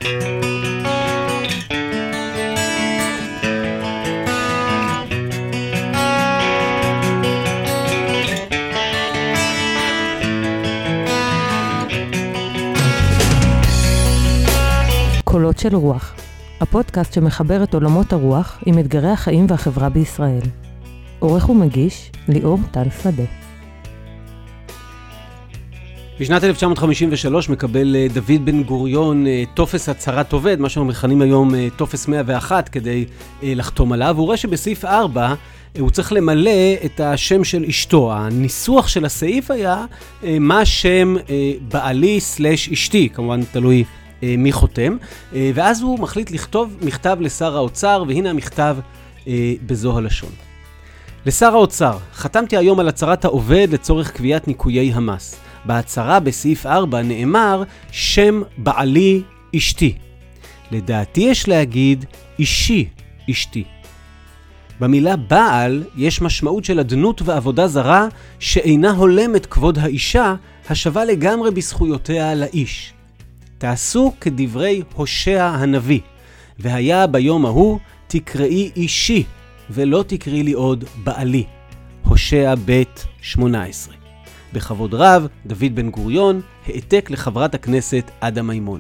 קולות של רוח, הפודקאסט שמחבר את עולמות הרוח עם אתגרי החיים והחברה בישראל. עורך ומגיש, ליאור טל שדה. בשנת 1953 מקבל דוד בן גוריון טופס הצהרת עובד, מה שאנחנו מכנים היום טופס 101, כדי לחתום עליו. הוא רואה שבסעיף 4 הוא צריך למלא את השם של אשתו. הניסוח של הסעיף היה מה שם בעלי סלש אשתי, כמובן תלוי מי חותם, ואז הוא מחליט לכתוב מכתב לשר האוצר, והנה המכתב בזו הלשון. לשר האוצר, חתמתי היום על הצהרת העובד לצורך קביעת ניכויי המס. בהצהרה בסעיף 4 נאמר שם בעלי אשתי. לדעתי יש להגיד אישי אשתי. במילה בעל יש משמעות של אדנות ועבודה זרה שאינה הולמת כבוד האישה, השווה לגמרי בזכויותיה לאיש. תעשו כדברי הושע הנביא, והיה ביום ההוא תקראי אישי, ולא תקראי לי עוד בעלי. הושע ב' 18. בכבוד רב, דוד בן גוריון, העתק לחברת הכנסת עדה מימון.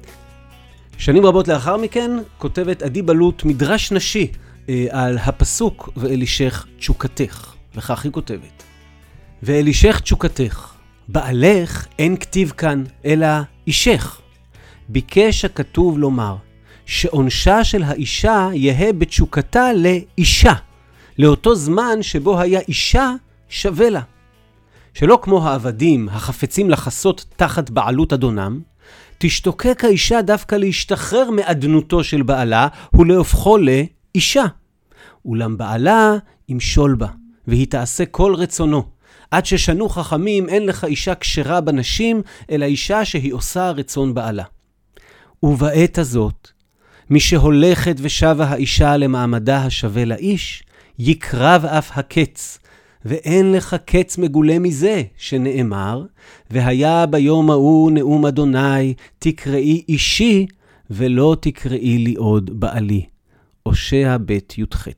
שנים רבות לאחר מכן, כותבת עדי בלוט מדרש נשי על הפסוק ואלישך תשוקתך, וכך היא כותבת. ואלישך תשוקתך, בעלך אין כתיב כאן, אלא אישך. ביקש הכתוב לומר, שעונשה של האישה יהיה בתשוקתה לאישה, לאותו זמן שבו היה אישה שווה לה. שלא כמו העבדים החפצים לחסות תחת בעלות אדונם, תשתוקק האישה דווקא להשתחרר מאדנותו של בעלה ולהופכו לאישה. אולם בעלה ימשול בה, והיא תעשה כל רצונו. עד ששנו חכמים אין לך אישה כשרה בנשים, אלא אישה שהיא עושה רצון בעלה. ובעת הזאת, מי שהולכת ושבה האישה למעמדה השווה לאיש, יקרב אף הקץ, ואין לך קץ מגולה מזה, שנאמר, והיה ביום ההוא נאום אדוני, תקראי אישי, ולא תקראי לי עוד בעלי. הושע ב' י"ח.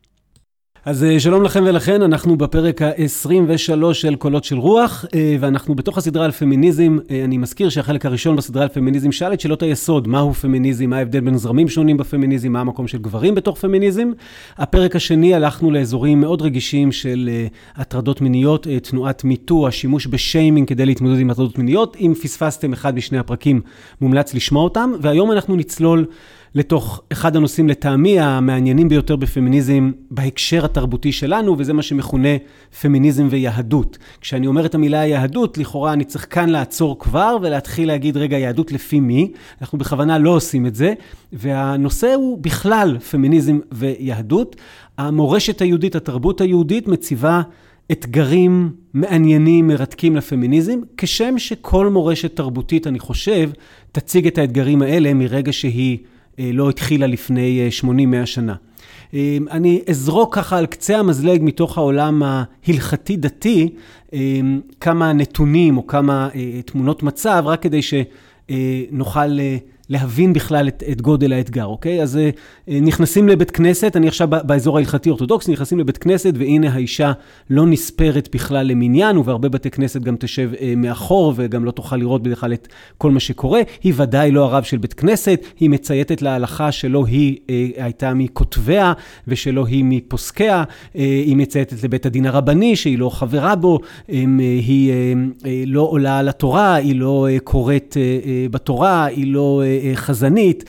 אז שלום לכם ולכן, אנחנו בפרק ה-23 של קולות של רוח, ואנחנו בתוך הסדרה על פמיניזם. אני מזכיר שהחלק הראשון בסדרה על פמיניזם שאל את שאלות היסוד, מהו פמיניזם, מה ההבדל בין זרמים שונים בפמיניזם, מה המקום של גברים בתוך פמיניזם. הפרק השני הלכנו לאזורים מאוד רגישים של הטרדות מיניות, תנועת מיטו, השימוש בשיימינג כדי להתמודד עם הטרדות מיניות. אם פספסתם אחד משני הפרקים, מומלץ לשמוע אותם, והיום אנחנו נצלול לתוך אחד הנושאים לטעמי המעניינים ביותר בפמיניזם בהקשר התרבותי שלנו, וזה מה שמכונה פמיניזם ויהדות. כשאני אומר את המילה יהדות, לכאורה אני צריך כאן לעצור כבר ולהתחיל להגיד רגע יהדות לפי מי. אנחנו בכוונה לא עושים את זה, והנושא הוא בכלל פמיניזם ויהדות. המורשת היהודית, התרבות היהודית מציבה אתגרים מעניינים, מרתקים לפמיניזם, כשם שכל מורשת תרבותית, אני חושב, תציג את האתגרים האלה מרגע שהיא לא התחילה לפני 80-100 שנה. אני אזרוק ככה על קצה המזלג מתוך העולם ההלכתי דתי, כמה נתונים או כמה תמונות מצב, רק כדי שנוכל להבין בכלל את גודל האתגר, אוקיי? אז נכנסים לבית כנסת, אני עכשיו באזור ההלכתי אורתודוקס, נכנסים לבית כנסת, והנה האישה לא נספרת בכלל למניין, ובהרבה בתי כנסת גם תשב מאחור, וגם לא תוכל לראות בכלל את כל מה שקורה. היא ודאי לא הרב של בית כנסת, היא מצייתת להלכה שלא היא הייתה מכותביה, ושלא היא מפוסקיה, היא מצייתת לבית הדין הרבני, שהיא לא חברה בו, היא לא עולה על התורה, היא לא קוראת בתורה, היא לא חזנית,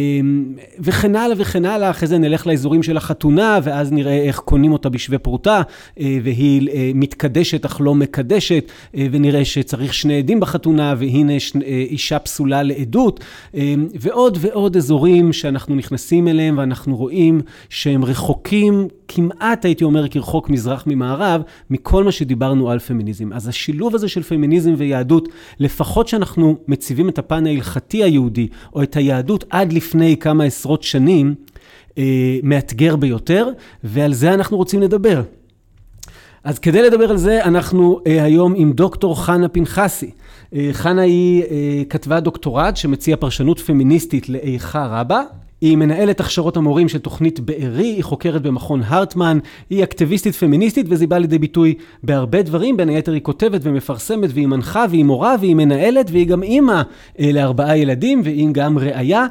וכן הלאה וכן הלאה. אחרי זה נלך לאזורים של החתונה, ואז נראה איך קונים אותה בשווה פרוטה, והיא מתקדשת אך לא מקדשת, ונראה שצריך שני עדים בחתונה, והנה אישה פסולה לעדות, ועוד ועוד אזורים שאנחנו נכנסים אליהם, ואנחנו רואים שהם רחוקים, כמעט הייתי אומר כרחוק מזרח ממערב, מכל מה שדיברנו על פמיניזם. אז השילוב הזה של פמיניזם ויהדות, לפחות שאנחנו מציבים את הפן ההלכתי היהודי, או את היהדות עד לפני כמה עשרות שנים, מאתגר ביותר, ועל זה אנחנו רוצים לדבר. אז כדי לדבר על זה, אנחנו היום עם דוקטור חנה פנחסי. חנה היא כתבה דוקטורט שמציע פרשנות פמיניסטית לאיכה רבה. היא מנהלת הכשרות המורים של תוכנית בארי, היא חוקרת במכון הרטמן, היא אקטיביסטית פמיניסטית, וזה בא לידי ביטוי בהרבה דברים. בין היתר היא כותבת ומפרסמת, והיא מנחה, והיא מורה, והיא מנהלת, והיא גם אימא ל4 ילדים, והיא גם ראיה,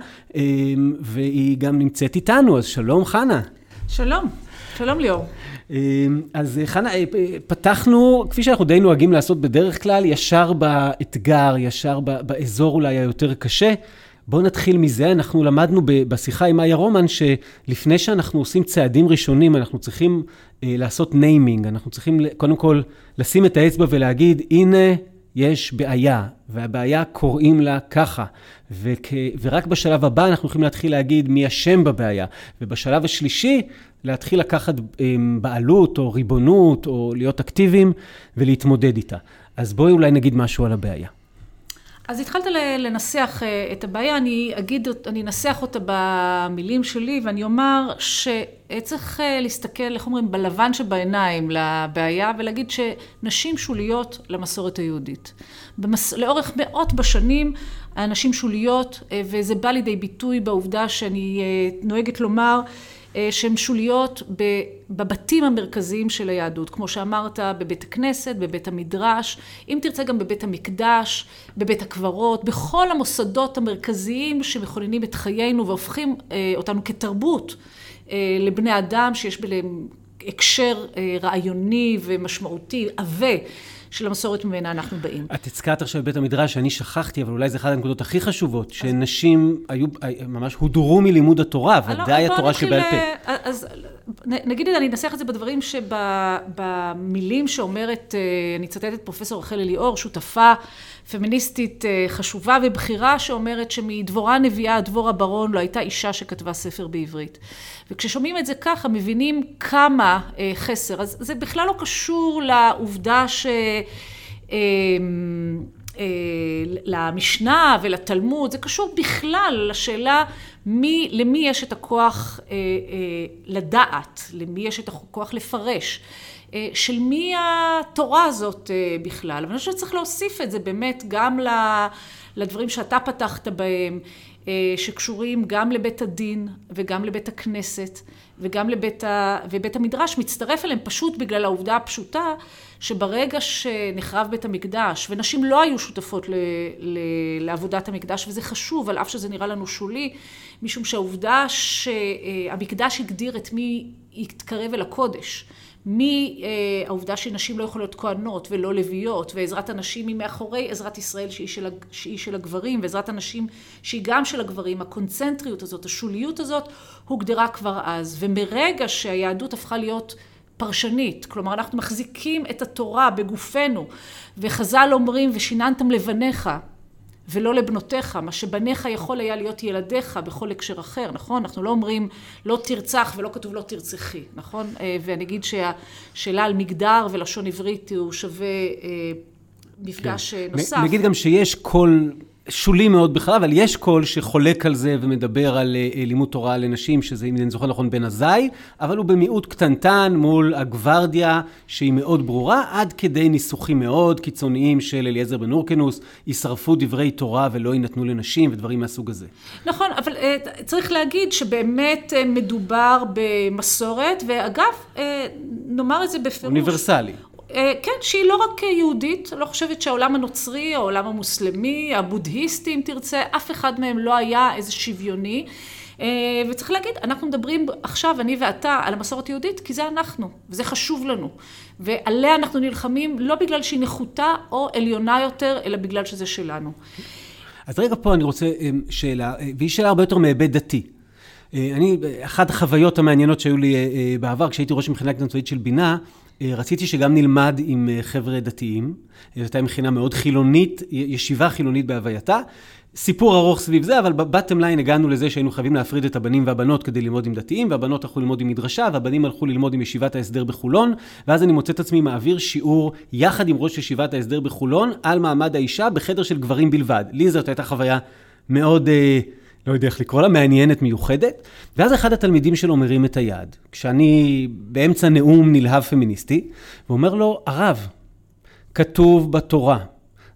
והיא גם נמצאת איתנו. אז שלום חנה. שלום, שלום ליאור. אז חנה, פתחנו, כפי שאנחנו די נוהגים לעשות בדרך כלל, ישר באתגר, ישר באזור אולי היותר קשה. בואו נתחיל מזה. אנחנו למדנו בשיחה עם איה רומן שלפני שאנחנו עושים צעדים ראשונים, אנחנו צריכים לעשות ניימינג, אנחנו צריכים קודם כל לשים את האצבע ולהגיד, הנה יש בעיה, והבעיה קוראים לה ככה, ורק בשלב הבא אנחנו יכולים להתחיל להגיד מי אשם בבעיה, ובשלב השלישי להתחיל לקחת בעלות או ריבונות או להיות אקטיביים ולהתמודד איתה. אז בואי אולי נגיד משהו על הבעיה. אז התחלת לנסח את הבעיה, אני אנסח אותה במילים שלי, ואני אומר שצריך להסתכל, איך אומרים, בלבן שבעיניים לבעיה, ולהגיד שנשים שוליות למסורת היהודית. לאורך מאות בשנים, הנשים שוליות, וזה בא לידי ביטוי בעובדה שאני נוהגת לומר, שהן שוליות בבתים המרכזיים של היהדות, כמו שאמרת, בבית הכנסת, בבית המדרש, אם תרצה גם בבית המקדש, בבית הקברות, בכל המוסדות המרכזיים שמכוננים את חיינו והופכים אותנו כתרבות לבני אדם שיש בהם הקשר רעיוני ומשמעותי, עבה, של המסורת ממנה אנחנו באים. את הזכרת עכשיו בבית המדרש שאני שכחתי, אבל אולי זה אחת הנקודות הכי חשובות, שנשים היו ממש הודרו מלימוד התורה, ודאי התורה שבעל פה. אז נגיד, אני אנסח את זה בדברים שבמילים שאומרת, אני צטטת פרופסור רחל אליאור, שותפה פמיניסטית חשובה ובחירה, שאומרת שמדבורה נביאה, דבורה ברון, לא הייתה אישה שכתבה ספר בעברית. וכששומעים את זה ככה, מבינים כמה חסר. אז זה בכלל לא קשור לעובדה למשנה ולתלמוד, זה קשור בכלל לשאלה למי יש את הכוח לדעת, למי יש את הכוח לפרש, של מי התורה הזאת בכלל. אבל אני חושבת שצריך להוסיף את זה באמת גם לדברים שאתה פתחת בהם, שקשורים גם לבית הדין וגם לבית הכנסת וגם ובית המדרש מצטרף אליהם פשוט בגלל העובדה הפשוטה שברגע שנחרב בית המקדש ונשים לא היו שותפות לעבודת המקדש, וזה חשוב על אף שזה נראה לנו שולי, משום שהעובדה שהמקדש הגדיר את מי יתקרב אל הקודש, העובדה שנשים לא יכולות כהנות ולא לוויות, ועזרת הנשים היא מאחורי עזרת ישראל שהיא של הגברים, ועזרת הנשים שהיא גם של הגברים, הקונצנטריות הזאת, השוליות הזאת, הוגדרה כבר אז. ומרגע שהיהדות הפכה להיות פרשנית, כלומר אנחנו מחזיקים את התורה בגופנו, וחז"ל אומרים ושיננתם לבניך, ולא לבנותיך, מה שבניך יכול היה להיות ילדיך בכל הקשר אחר, נכון? אנחנו לא אומרים לא תרצח ולא כתוב לא תרצחי, נכון? ואני אגיד שהשאלה על מגדר ולשון עברית הוא שווה מפגש נוסף. נגיד גם שיש קול שולי מאוד בכלל, אבל יש קול שחולק על זה ומדבר על לימוד תורה לנשים, שזה אם אני זוכר נכון בן עזאי, אבל הוא במיעוט קטנטן מול הגוורדיה שהיא מאוד ברורה, עד כדי ניסוחים מאוד קיצוניים של אליעזר בן הורקנוס, ישרפו דברי תורה ולא יינתנו לנשים ודברים מהסוג הזה. נכון, אבל צריך להגיד שבאמת מדובר במסורת, ואגב, נאמר את זה בפירוש. אוניברסלי. כן, שהיא לא רק יהודית, אני לא חושבת שהעולם הנוצרי, העולם המוסלמי, הבודהיסטי, אם תרצה, אף אחד מהם לא היה איזה שוויוני. וצריך להגיד, אנחנו מדברים עכשיו, אני ואתה, על המסורת יהודית, כי זה אנחנו, וזה חשוב לנו. ועליה אנחנו נלחמים לא בגלל שהיא נחותה או עליונה יותר, אלא בגלל שזה שלנו. אז רגע פה אני רוצה שאלה, והיא שאלה הרבה יותר מהיבט דתי. אחת החוויות המעניינות שהיו לי בעבר, כשהייתי ראש מכינה קדם-צבאית של בינה, רציתי שגם נלמד עם חבר'ה דתיים. זו הייתה מכינה מאוד חילונית, ישיבה חילונית בהווייתה. סיפור ארוך סביב זה, אבל בבטם ליין הגענו לזה שהיינו חייבים להפריד את הבנים והבנות כדי ללמוד עם דתיים, והבנות הלכו ללמוד עם מדרשה, והבנים הלכו ללמוד עם ישיבת ההסדר בחולון, ואז אני מוצא את עצמי מעביר שיעור יחד עם ראש ישיבת ההסדר בחולון על מעמד האישה בחדר של גברים בלבד. לי זאת הייתה חוויה מאוד, לא יודע איך לקרוא לה, מעניינת, מיוחדת. ואז אחד התלמידים שלו מרים את היד, כשאני באמצע נאום נלהב פמיניסטי, ואומר לו, הרב, כתוב בתורה,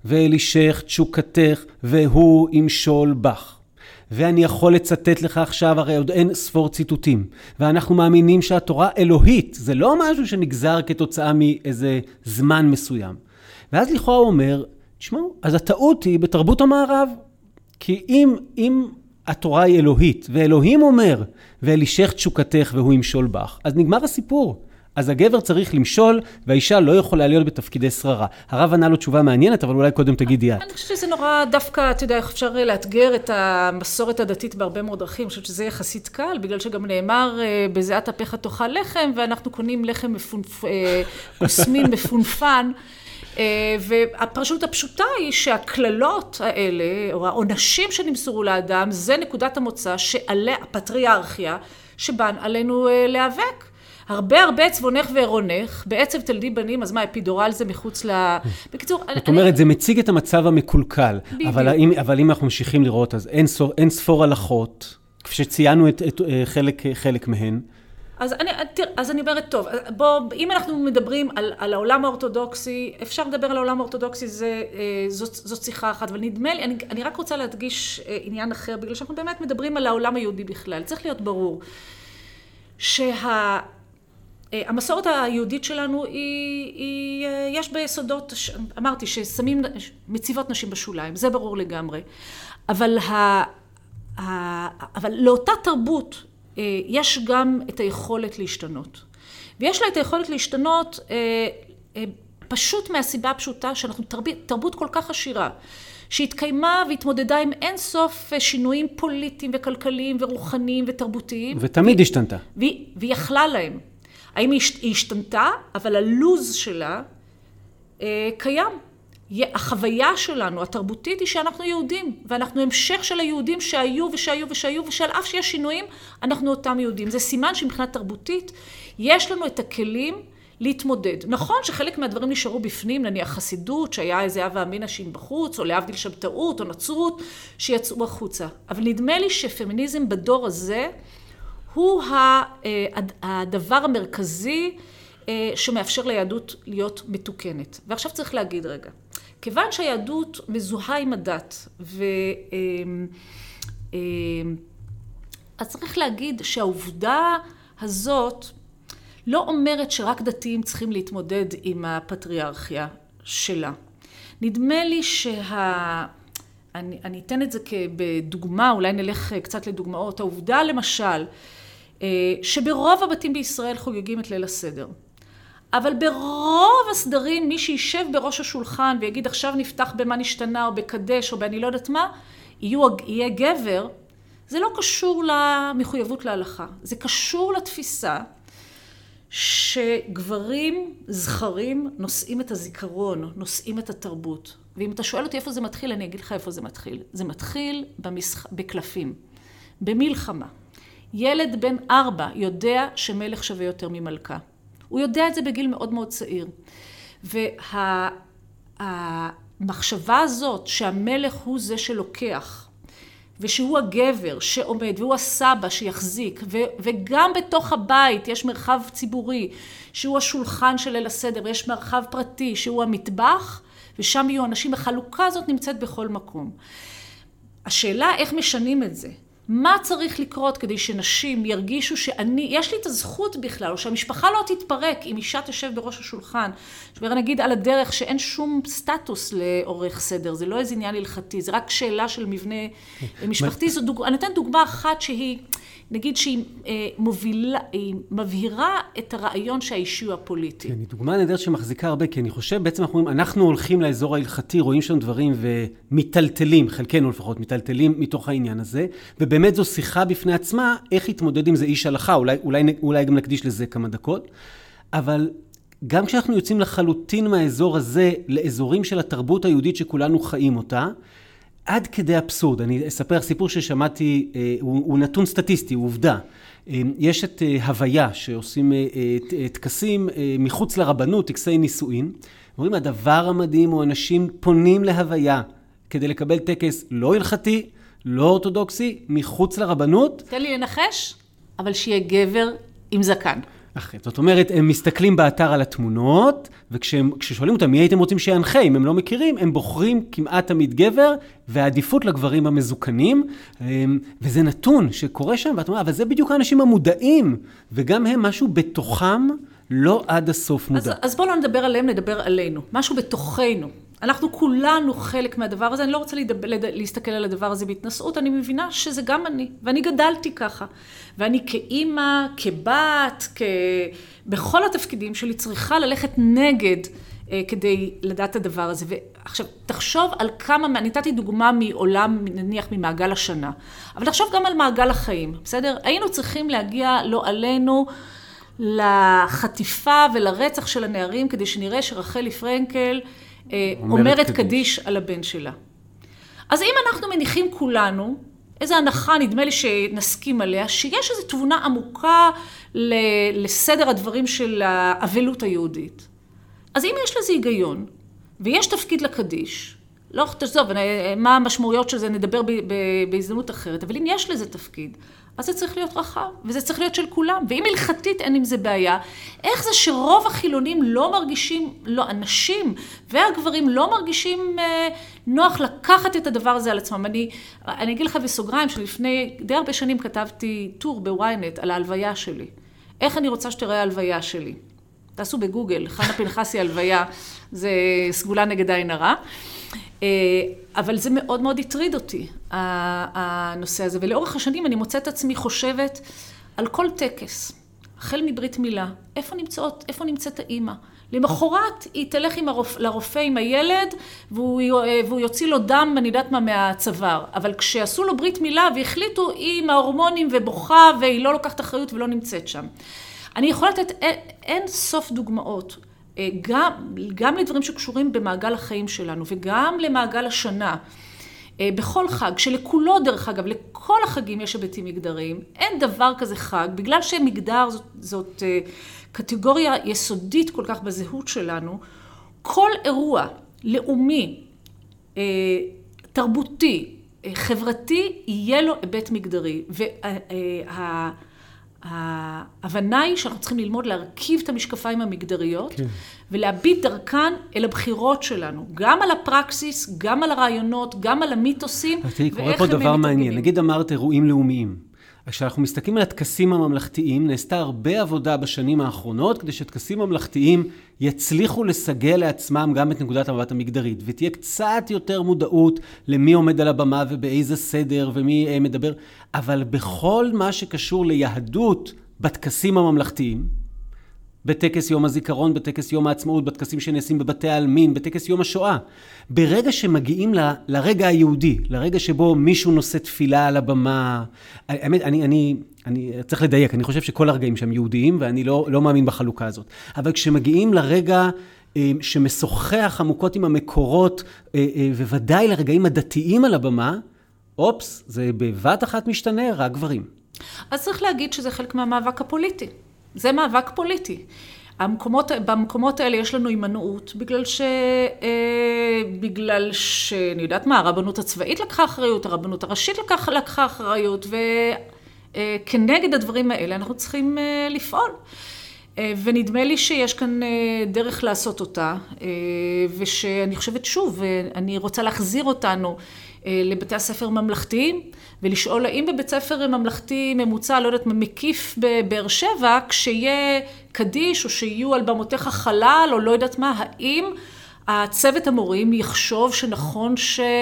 ואלישך תשוקתך, והוא ימשול בך. ואני יכול לצטט לך עכשיו, הרי עוד אין ספור ציטוטים. ואנחנו מאמינים שהתורה אלוהית, זה לא משהו שנגזר כתוצאה מאיזה זמן מסוים. ואז לכאורה הוא אומר, תשמעו, אז הטעות היא בתרבות המערב. כי אם התורה היא אלוהית, ואלוהים אומר, ואלישך תשוקתך והוא ימשול בך, אז נגמר הסיפור. אז הגבר צריך למשול, והאישה לא יכולה להיות בתפקידי שררה. הרב ענה לו תשובה מעניינת, אבל אולי קודם תגידי את. אני חושבת שזה נורא דווקא, אתה יודע, איך אפשר לאתגר את המסורת הדתית בהרבה מאוד דרכים. אני חושבת שזה יחסית קל, בגלל שגם נאמר, בזיעת אפיך תאכל לחם, ואנחנו קונים לחם מוסמין מפונפן. והפרשות הפשוטה היא שהכללות האלה, או העונשים שנמסרו לאדם, זה נקודת המוצא שעליה הפטריארכיה, שבן עלינו להיאבק. הרבה צבונך ועירונך, בעצב תלדי בנים, אז מה, אפידורל זה מחוץ בקיצור, זאת אומרת, זה מציג את המצב המקולקל, אבל אם אנחנו ממשיכים לראות, אז אין ספור הלכות, כפי שציינו חלק מהן. אז אני אומרת, טוב, אם אנחנו מדברים על העולם האורתודוקסי, אפשר לדבר על העולם האורתודוקסי, זאת שיחה אחת, אבל נדמה לי, אני רק רוצה להדגיש עניין אחר, בגלל שאנחנו באמת מדברים על העולם היהודי בכלל. צריך להיות ברור המסורת היהודית שלנו יש ביסודות, אמרתי מציבות נשים בשוליים, זה ברור לגמרי. אבל לאותה תרבות יש גם את היכולת להשתנות. ויש לה את היכולת להשתנות פשוט מהסיבה הפשוטה שאנחנו תרבות כל כך עשירה, שהתקיימה והתמודדה עם אין סוף שינויים פוליטיים וכלכליים ורוחניים ותרבותיים. ותמיד השתנתה. והיא יכלה להם. האם היא השתנתה, אבל הלוז שלה קיים. החוויה שלנו, התרבותית, היא שאנחנו יהודים, ואנחנו המשך של היהודים שהיו, ושעל אף שיש שינויים, אנחנו אותם יהודים. זה סימן שמבחינת תרבותית, יש לנו את הכלים להתמודד. נכון שחלק מהדברים נשארו בפנים, נניח חסידות, שהיה איזה הווה אמינא שהיא בחוץ, או להבדיל שבתאות, או נצרות, שיצאו החוצה. אבל נדמה לי שפמיניזם בדור הזה, הוא הדבר המרכזי שמאפשר ליהדות להיות מתוקנת. ועכשיו צריך להגיד רגע, כיוון שהיהדות מזוהה עם הדת, אז צריך להגיד שהעובדה הזאת לא אומרת שרק דתיים צריכים להתמודד עם הפטריארכיה שלה. נדמה לי אני אתן את זה בדוגמה, אולי נלך קצת לדוגמאות. העובדה למשל, שברוב הבתים בישראל חוגגים את ליל הסדר. אבל ברוב הסדרים, מי שישב בראש השולחן ויגיד עכשיו נפתח במה נשתנה או בקדש או באני לא יודעת מה, יהיה גבר, זה לא קשור למחויבות להלכה. זה קשור לתפיסה שגברים זכרים נושאים את הזיכרון, נושאים את התרבות. ואם אתה שואל אותי איפה זה מתחיל, אני אגיד לך איפה זה מתחיל. זה מתחיל בקלפים, במלחמה. ילד בן 4 יודע שמלך שווה יותר ממלכה. הוא יודע את זה בגיל מאוד מאוד צעיר. והמחשבה הזאת שהמלך הוא זה שלוקח, ושהוא הגבר שעומד, והוא הסבא שיחזיק, וגם בתוך הבית יש מרחב ציבורי, שהוא השולחן של ליל הסדר, ויש מרחב פרטי, שהוא המטבח, ושם יהיו אנשים, החלוקה הזאת נמצאת בכל מקום. השאלה איך משנים את זה? מה צריך לקרות כדי שנשים ירגישו יש לי את הזכות בכלל, או שהמשפחה לא תתפרק אם אישה תשב בראש השולחן. שבאמת נגיד על הדרך שאין שום סטטוס לעורך סדר, זה לא איזה עניין הלכתי, זה רק שאלה של מבנה משפחתי. אני אתן דוגמה אחת שהיא, נגיד שהיא מבהירה את הרעיון שהאישי הוא הפוליטי. כן, היא דוגמה נהדרת שמחזיקה הרבה, כי אני חושב בעצם אנחנו הולכים לאזור ההלכתי, רואים שם דברים ומטלטלים, חלקנו לפחות מטלטלים מתוך העניין הזה, ובאמת זו שיחה בפני עצמה, איך התמודד עם זה איש הלכה, אולי גם נקדיש לזה כמה דקות, אבל גם כשאנחנו יוצאים לחלוטין מהאזור הזה, לאזורים של התרבות היהודית שכולנו חיים אותה, עד כדי אבסורד. אני אספר סיפור ששמעתי, הוא נתון סטטיסטי, הוא עובדה. יש את הוויה שעושים טקסים מחוץ לרבנות, טקסי נישואין. אומרים, הדבר המדהים הוא אנשים פונים להוויה כדי לקבל טקס לא הלכתי, לא אורתודוקסי, מחוץ לרבנות. תן לי לנחש, אבל שיהיה גבר עם זקן. אחרת. זאת אומרת, הם מסתכלים באתר על התמונות, וכששואלים אותם מי הייתם רוצים שינחה, אם הם לא מכירים, הם בוחרים כמעט תמיד גבר, והעדיפות לגברים המזוקנים, וזה נתון שקורה שם, ואת אומרת, אבל זה בדיוק האנשים המודעים, וגם הם משהו בתוכם לא עד הסוף מודע. אז בואו לא נדבר עליהם, נדבר עלינו. משהו בתוכנו. אנחנו כולנו חלק מהדבר הזה, אני לא רוצה להסתכל על הדבר הזה בהתנסות, אני מבינה שזה גם אני, ואני גדלתי ככה. ואני כאימא, כבת, בכל התפקידים שלי צריכה ללכת נגד כדי לדעת את הדבר הזה. ועכשיו, תחשוב על כמה, אני נתתי דוגמה מעולם, נניח ממעגל השנה, אבל תחשוב גם על מעגל החיים, בסדר? היינו צריכים להגיע לא עלינו, לחטיפה ולרצח של הנערים, כדי שנראה שרחלי פרנקל אומרת קדיש על הבן שלה. אז אם אנחנו מניחים כולנו, איזו הנחה, נדמה לי שנסכים עליה, שיש איזו תבונה עמוקה לסדר הדברים של האבלות היהודית. אז אם יש לזה היגיון, ויש תפקיד לקדיש, לא תעזוב, מה המשמעויות של זה נדבר בהזדמנות אחרת, אבל אם יש לזה תפקיד, אז זה צריך להיות רחב, וזה צריך להיות של כולם. ואם הלכתית אין עם זה בעיה, איך זה שרוב החילונים לא מרגישים, לא, הנשים והגברים לא מרגישים נוח לקחת את הדבר הזה על עצמם. אני אגיד לך בסוגריים שלפני די הרבה שנים כתבתי טור בוויינט על ההלוויה שלי. איך אני רוצה שתראה ההלוויה שלי? תעשו בגוגל, חנה פנחסי הלוויה, זה סגולה נגד עין הרע. אבל זה מאוד מאוד הטריד אותי, הנושא הזה. ולאורך השנים אני מוצאת עצמי חושבת על כל טקס, החל מברית מילה, איפה נמצאת האמא? למחרת היא תלך לרופא עם הילד, והוא יוציא לו דם, אני יודעת מה, מהצוואר. אבל כשעשו לו ברית מילה והחליטו, היא עם ההורמונים ובוכה, והיא לא לוקחת אחריות ולא נמצאת שם. אני יכולה לתת אין סוף דוגמאות. גם לדברים שקשורים במעגל החיים שלנו, וגם למעגל השנה, בכל חג, שלכולו דרך אגב, לכל החגים יש היבטים מגדריים, אין דבר כזה חג, בגלל שמגדר זאת קטגוריה יסודית כל כך בזהות שלנו, כל אירוע לאומי, תרבותי, חברתי, יהיה לו היבט מגדרי, ההבנה היא שאנחנו צריכים ללמוד להרכיב את המשקפיים המגדריות, כן. ולהביט דרכן אל הבחירות שלנו, גם על הפרקסיס, גם על הרעיונות, גם על המיתוסים, ואיך הם מתארגנים. קורא פה דבר מעניין, נגיד אמרת אירועים לאומיים. כשאנחנו מסתכלים על הטקסים הממלכתיים, נעשתה הרבה עבודה בשנים האחרונות, כדי שהטקסים הממלכתיים יצליחו לסגל לעצמם גם את נקודת המבט המגדרית, ותהיה קצת יותר מודעות למי עומד על הבמה ובאיזה סדר ומי מדבר, אבל בכל מה שקשור ליהדות בטקסים הממלכתיים, בטקס יום הזיכרון, בטקס יום העצמאות, בטקסים שנעשים בבתי העלמין, בטקס יום השואה. ברגע שמגיעים לרגע היהודי, לרגע שבו מישהו נושא תפילה על הבמה, האמת, אני צריך לדייק, אני חושב שכל הרגעים שהם יהודיים, ואני לא מאמין בחלוקה הזאת. אבל כשמגיעים לרגע שמשוחח עמוקות עם המקורות, וודאי לרגעים הדתיים על הבמה, אופס, זה בבת אחת משתנה, רק גברים. אז צריך להגיד שזה חלק מהמאבק הפוליטי. זה מאבק פוליטי. במקומות האלה יש לנו הימנעות, בגלל שאני יודעת מה, הרבנות הצבאית לקחה אחריות, הרבנות הראשית לקחה אחריות, וכנגד הדברים האלה אנחנו צריכים לפעול. ונדמה לי שיש כאן דרך לעשות אותה, ושאני חושבת שוב, אני רוצה להחזיר אותנו לבתי הספר ממלכתיים, ולשאול האם בבית ספר ממלכתי ממוצע, לא יודעת, מקיף בבאר שבע, כשיהיה קדיש או שיהיו על במותיך חלל או לא יודעת מה, האם הצוות המורים יחשוב שנכון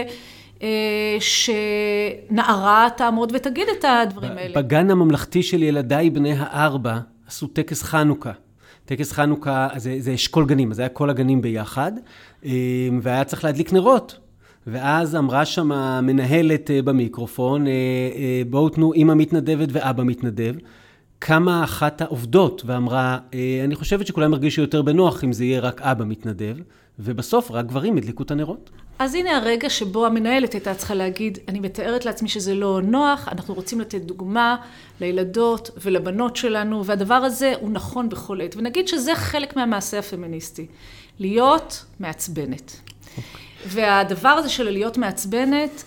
שנערה תעמוד ותגיד את הדברים האלה? בגן הממלכתי של ילדיי בני 4 עשו טקס חנוכה. טקס חנוכה, זה אשכול גנים, אז היה כל הגנים ביחד, והיה צריך להדליק נרות. ואז אמרה שם המנהלת במיקרופון, בואו תנו אמא מתנדבת ואבא מתנדב, כמה אחת העובדות, ואמרה, אני חושבת שכולם הרגישו יותר בנוח אם זה יהיה רק אבא מתנדב, ובסוף רק גברים הדליקו את הנרות. אז הנה הרגע שבו המנהלת הייתה צריכה להגיד, אני מתארת לעצמי שזה לא נוח, אנחנו רוצים לתת דוגמה לילדות ולבנות שלנו, והדבר הזה הוא נכון בכל עת. ונגיד שזה חלק מהמעשה הפמיניסטי, להיות מעצבנת. והדבר הזה של להיות מעצבנת,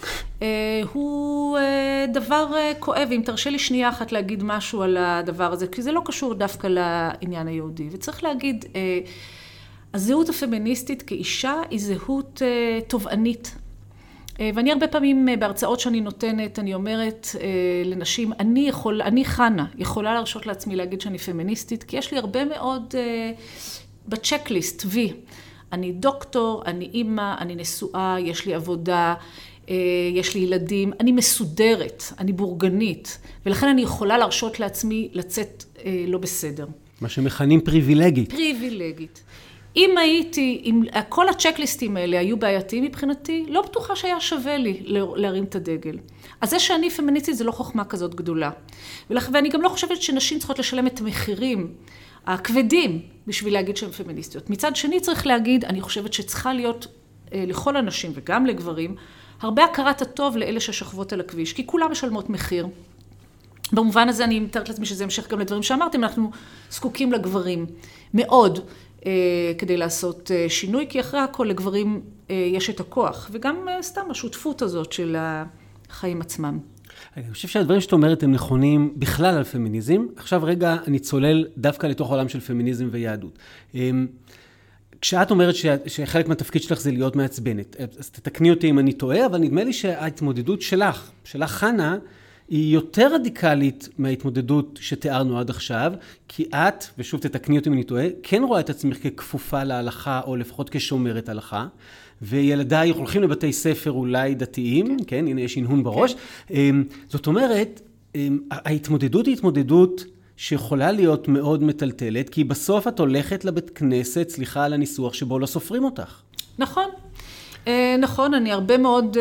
הוא דבר כואב. אם תרשה לי שנייה אחת להגיד משהו על הדבר הזה, כי זה לא קשור דווקא לעניין היהודי. וצריך להגיד, הזהות הפמיניסטית כאישה היא זהות תובענית. ואני הרבה פעמים בהרצאות שאני נותנת, אני אומרת לנשים, אני חנה, יכולה להרשות לעצמי להגיד שאני פמיניסטית, כי יש לי הרבה מאוד בצ'קליסט, וי. אני דוקטור, אני אימא, אני נשואה, יש לי עבודה, יש לי ילדים, אני מסודרת, אני בורגנית, ולכן אני יכולה להרשות לעצמי לצאת לא בסדר. מה שמכנים פריבילגית. פריבילגית. אם כל הצ'קליסטים האלה היו בעייתיים מבחינתי, לא בטוחה שהיה שווה לי להרים את הדגל. אז זה שאני פמיניסטית זה לא חוכמה כזאת גדולה. ואני גם לא חושבת שנשים צריכות לשלם את המחירים הכבדים בשביל להגיד שהן פמיניסטיות. מצד שני צריך להגיד, אני חושבת שצריכה להיות לכל הנשים וגם לגברים, הרבה הכרת הטוב לאלה ששוכבות על הכביש, כי כולם משלמות מחיר. במובן הזה אני מתארת לעצמי שזה המשך גם לדברים שאמרתם, אנחנו זקוקים לגברים מאוד כדי לעשות שינוי, כי אחרי הכל לגברים יש את הכוח, וגם סתם השותפות הזאת של החיים עצמם. אני חושב שהדברים שאת אומרת הם נכונים בכלל על פמיניזם. עכשיו רגע אני צולל דווקא לתוך העולם של פמיניזם ויהדות. כשאת אומרת שחלק מהתפקיד שלך זה להיות מעצבנת, אז תתקני אותי אם אני טועה, אבל נדמה לי שההתמודדות שלך חנה, היא יותר רדיקלית מההתמודדות שתיארנו עד עכשיו, כי את, ושוב תתקני אותי אם אני טועה, כן רואה את עצמך ככפופה להלכה, או לפחות כשומרת הלכה, וילדיי הולכים לבתי ספר אולי דתיים, כן, הנה יש הנהון בראש. זאת אומרת, ההתמודדות היא התמודדות שיכולה להיות מאוד מטלטלת, כי בסוף את הולכת לבית כנסת, סליחה על הניסוח, שבו לא סופרים אותך. נכון. נכון, אני הרבה מאוד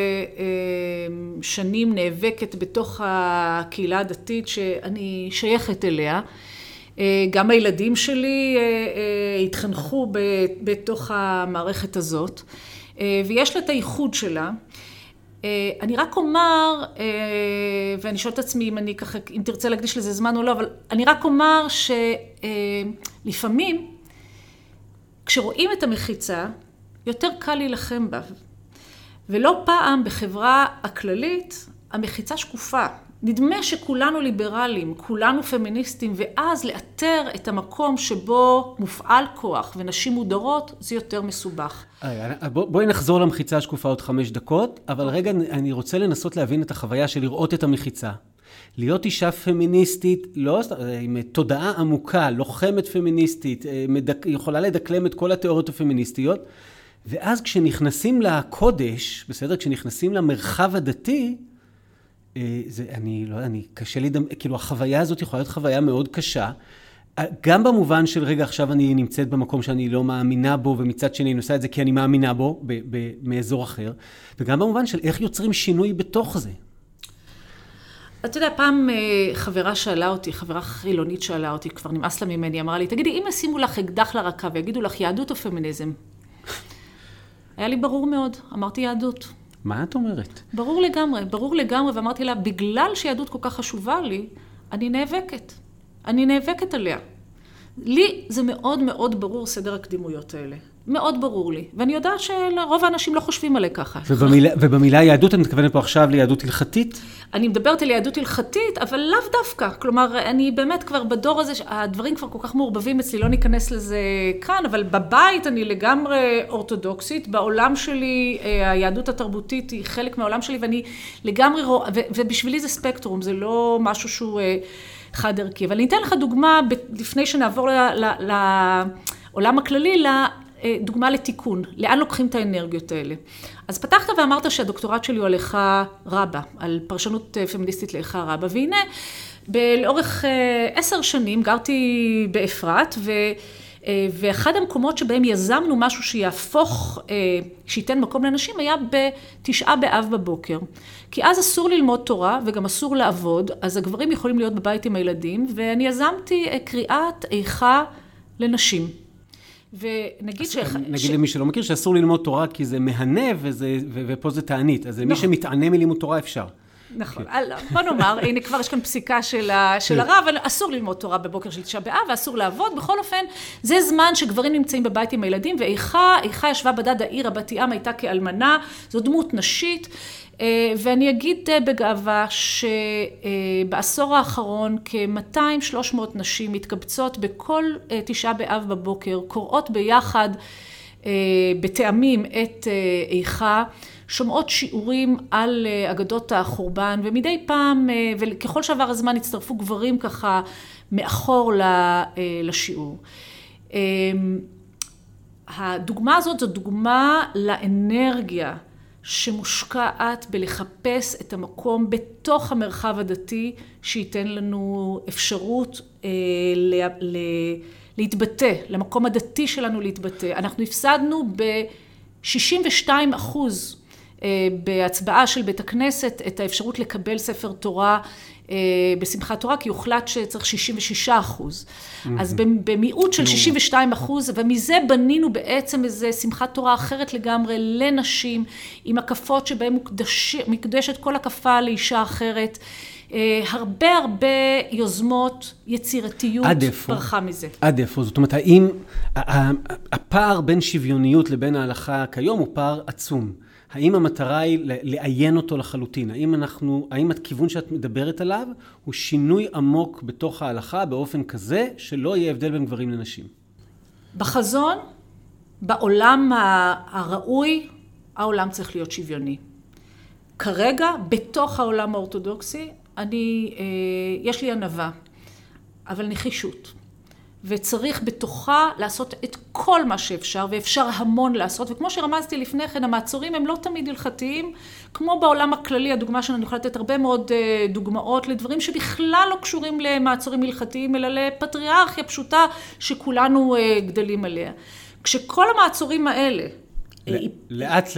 שנים נאבקת בתוך הקהילה הדתית שאני שייכת אליה. גם הילדים שלי התחנכו בתוך המערכת הזאת, ויש לה את הייחוד שלה. אני רק אומר, ואני שואלת עצמי אם אני ככה, אם תרצה להקדיש לזה זמן או לא, אבל אני רק אומר שלפעמים, כשרואים את המחיצה, יותר קל להילחם בה. ולא פעם בחברה הכללית, המחיצה שקופה. נדמה שכולנו ליברלים, כולנו פמיניסטים, ואז לאתר את המקום שבו מופעל כוח ונשים מודרות, זה יותר מסובך. בואי נחזור למחיצה השקופה עוד 5 דקות, אבל רגע אני רוצה לנסות להבין את החוויה של לראות את המחיצה. להיות אישה פמיניסטית, לא, עם תודעה עמוקה, לוחמת פמיניסטית, יכולה לדקלם את כל התיאוריות הפמיניסטיות, ואז כשנכנסים לקודש, בסדר, כשנכנסים למרחב הדתי, קשה לי, כאילו החוויה הזאת יכולה להיות חוויה מאוד קשה, גם במובן של רגע עכשיו אני נמצאת במקום שאני לא מאמינה בו, ומצד שני אני עושה את זה כי אני מאמינה בו, מאזור אחר, וגם במובן של איך יוצרים שינוי בתוך זה. אתה יודע, פעם חברה שאלה אותי, חברה חילונית שאלה אותי, כבר נמאס לה ממני, אמרה לי, תגידי, אם ישימו לך אקדח לרקה ויגידו לך יהדות או פמיניזם? היה לי ברור מאוד, אמרתי יהדות. מה את אומרת? ברור לגמרי, ואמרתי לה, בגלל שיהדות כל כך חשובה לי, אני נאבקת עליה. לי זה מאוד מאוד ברור סדר הקדימויות האלה. מאוד ברור לי. ואני יודעת שלרוב האנשים לא חושבים עליה ככה. ובמילה יהדות, את מתכוונת פה עכשיו ליהדות הלכתית? אני מדברת על יהדות הלכתית, אבל לאו דווקא. כלומר, אני באמת כבר בדור הזה, הדברים כבר כל כך מעורבבים אצלי, לא ניכנס לזה כאן, אבל בבית אני לגמרי אורתודוקסית. בעולם שלי, היהדות התרבותית היא חלק מהעולם שלי, ואני לגמרי ובשבילי זה ספקטרום, זה לא משהו שהוא חד ערכי. אבל אני אתן לך דוגמה, לפני שנעבור לעולם הכללי, דוגמה לתיקון, לאן לוקחים את האנרגיות האלה. אז פתחת ואמרת שהדוקטורט שלי הוא על איכה רבה, על פרשנות פמיניסטית לאיכה רבה, והנה, לאורך 10 שנים גרתי באפרת, ואחד המקומות שבהם יזמנו משהו שיהפוך, שייתן מקום לאנשים, היה ב9 באב בבוקר. כי אז אסור ללמוד תורה וגם אסור לעבוד, אז הגברים יכולים להיות בבית עם הילדים, ואני יזמתי קריאת איכה לנשים. ונגיד נגיד למי שלא מכיר שאסור ללמוד תורה כי זה מהנה ופה זה תענית, אז מי שמתענה מלימוד תורה אפשר. נכון. בוא נאמר, הנה כבר יש כאן פסיקה של הרב, אבל אסור ללמוד תורה בבוקר של תשעה באב, ואסור לעבוד. בכל אופן, זה זמן שגברים נמצאים בבית עם הילדים, ואיכה ישבה בדד העיר, הבת ים הייתה כאלמנה, זו דמות נשית. ואני אגיד בגאווה שבעשור האחרון כ-200-300 נשים מתקבצות בכל תשעה באב בבוקר, קוראות ביחד בטעמים את איכה, שומעות שיעורים על אגדות החורבן, ומדי פעם, וככל שעבר הזמן הצטרפו גברים ככה מאחור לשיעור. הדוגמה הזאת זו דוגמה לאנרגיה שמושקעת בלחפש את המקום בתוך המרחב הדתי, שייתן לנו אפשרות להתבטא, למקום הדתי שלנו להתבטא. אנחנו הפסדנו ב-62% בהצבעה של בית הכנסת את האפשרות לקבל ספר תורה בשמחת תורה, כי הוחלט שצריך 66%. אז במיעוט של 62%, ומזה בנינו בעצם איזה שמחת תורה אחרת לגמרי לנשים, עם הקפות שבהן מקדשת כל הקפה לאישה אחרת. הרבה יוזמות, יצירתיות פרחה מזה. עד איפה? זאת אומרת, האם הפער בין שוויוניות לבין ההלכה כיום הוא פער עצום? האם המטרה היא לעיין אותו לחלוטין? האם הכיוון שאת מדברת עליו הוא שינוי עמוק בתוך ההלכה באופן כזה שלא יהיה הבדל בין גברים לנשים? בחזון, בעולם הראוי, העולם צריך להיות שוויוני. כרגע, בתוך העולם האורתודוקסי, יש לי ענווה, אבל נחישות. וצריך בתוכה לעשות את כל מה שאפשר, ואפשר המון לעשות. וכמו שרמזתי לפני כן, המעצורים הם לא תמיד הלכתיים, כמו בעולם הכללי, הדוגמה שאני יכולה לתת הרבה מאוד דוגמאות לדברים שבכלל לא קשורים למעצורים הלכתיים, אלא לפטריארכיה פשוטה שכולנו גדלים עליה. כשכל המעצורים האלה לאט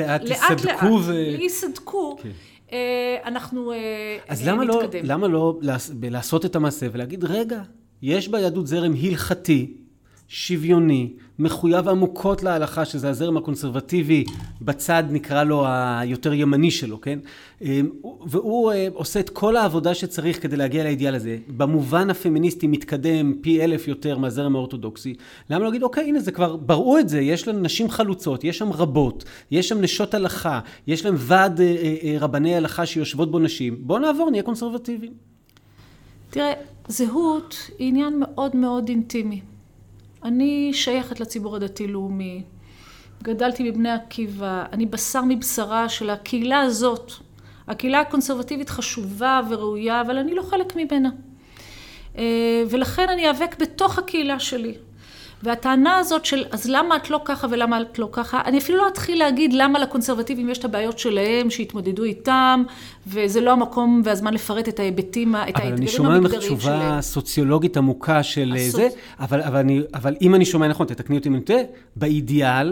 יסדקו, אנחנו נתקדם. אז למה לא לעשות את המעשה ולהגיד, רגע, יש ביהדות זרם הלכתי, שוויוני, מחויב עמוקות להלכה, שזה הזרם הקונסרבטיבי, בצד נקרא לו היותר ימני שלו, כן? והוא עושה את כל העבודה שצריך כדי להגיע לאידיאל הזה. במובן הפמיניסטי מתקדם פי 1000 יותר מהזרם האורתודוקסי. למה לא להגיד, אוקיי, הנה זה כבר, בראו את זה, יש להם נשים חלוצות, יש שם רבות, יש שם נשות הלכה, יש להם ועד רבני הלכה שיושבות בו נשים. בואו נעבור, נהיה קונסרבטיביים. תראה, זהות היא עניין מאוד מאוד אינטימי. אני שייכת לציבור הדתי-לאומי, גדלתי בבני עקיבא, אני בשר מבשרה של הקהילה הזאת. הקהילה הקונסרבטיבית חשובה וראויה, אבל אני לא חלק ממנה. ולכן אני אאבק בתוך הקהילה שלי. והטענה הזאת של, אז למה את לא ככה ולמה את לא ככה, אני אפילו לא אתחיל להגיד למה לקונסרבטיבים יש את הבעיות שלהם, שהתמודדו איתם, וזה לא המקום והזמן לפרט את ההיבטים, את האתגרים המגדריים שלהם. אבל אני שומע ממך תשובה סוציולוגית עמוקה של זה, אבל אם אני שומע נכון, תתקני אותי אם אני טועה, באידיאל,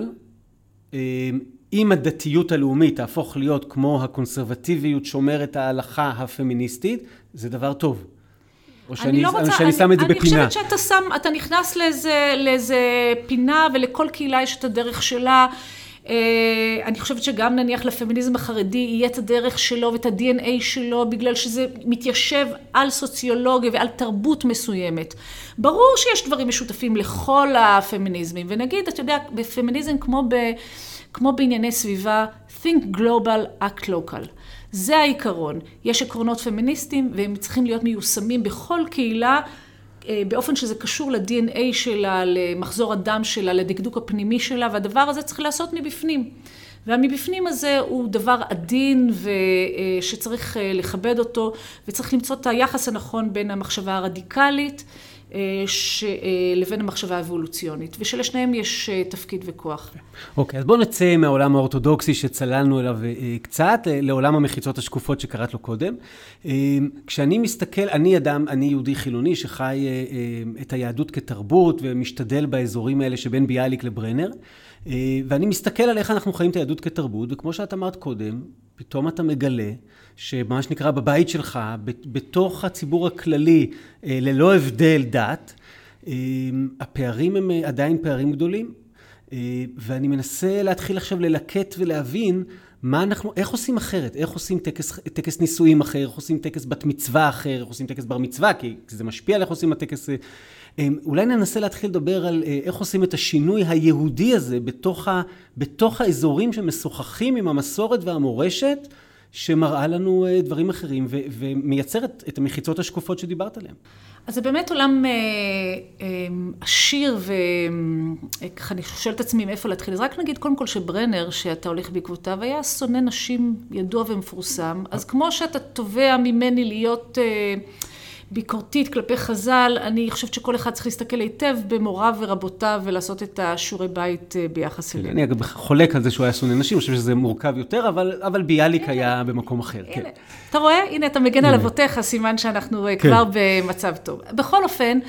אם הדתיות הלאומית תהפוך להיות כמו הקונסרבטיביות שומרת ההלכה הפמיניסטית, זה דבר טוב. או שאני שם את זה בפינה. אני חושבת שאתה נכנס לאיזה פינה, ולכל קהילה יש את הדרך שלה. אני חושבת שגם נניח לפמיניזם החרדי יהיה את הדרך שלו ואת ה-DNA שלו, בגלל שזה מתיישב על סוציולוגיה ועל תרבות מסוימת. ברור שיש דברים משותפים לכל הפמיניזמים, ונגיד, אתה יודע, בפמיניזם כמו בענייני סביבה, think global, act local. זה העיקרון. יש עקרונות פמיניסטיים, והם צריכים להיות מיושמים בכל קהילה, באופן שזה קשור ל-DNA שלה, למחזור הדם שלה, לדקדוק הפנימי שלה, והדבר הזה צריך לעשות מבפנים. והמבפנים הזה הוא דבר עדין, שצריך לכבד אותו, וצריך למצוא את היחס הנכון בין המחשבה הרדיקלית, לבין המחשבה האבולוציונית, ושלשניהם יש תפקיד וכוח. אוקיי, אז בואו נצא מהעולם האורתודוקסי שצללנו אליו קצת, לעולם המחיצות השקופות שקראת לו קודם. כשאני מסתכל, אני יהודי חילוני שחי את היהדות כתרבות, ומשתדל באזורים האלה שבין ביאליק לברנר, ואני מסתכל על איך אנחנו חיים את היהדות כתרבות, וכמו שאת אמרת קודם, פתאום אתה מגלה שממש נקרא בבית שלך, בתוך הציבור הכללי, ללא הבדל דת, הפערים הם עדיין פערים גדולים, ואני מנסה להתחיל עכשיו ללקט ולהבין איך עושים אחרת? איך עושים טקס נישואים אחר? איך עושים טקס בת מצווה אחר? איך עושים טקס בר מצווה? כי זה משפיע על איך עושים הטקס. אולי ננסה להתחיל לדבר על איך עושים את השינוי היהודי הזה בתוך האזורים שמשוחחים עם המסורת והמורשת, שמראה לנו דברים אחרים ומייצרת את המחיצות השקופות שדיברת עליהן. אז זה באמת עולם עשיר, וככה אני שואלת את עצמי מאיפה להתחיל. אז רק נגיד קודם כל שברנר, שאתה הולך בעקבותיו, היה שונא נשים ידוע ומפורסם. אז כמו שאתה תובע ממני להיות ביקורתית כלפי חז"ל, אני חושבת שכל אחד צריך להסתכל היטב במוריו ורבותיו ולעשות את השיעורי בית ביחס אליהם. אני אגב חולק על זה שהוא היה שונא נשים, אני חושב שזה מורכב יותר, אבל ביאליק היה במקום אחר. אתה רואה? הנה, אתה מגן על אבותיך, סימן שאנחנו כבר במצב טוב. בכל אופן,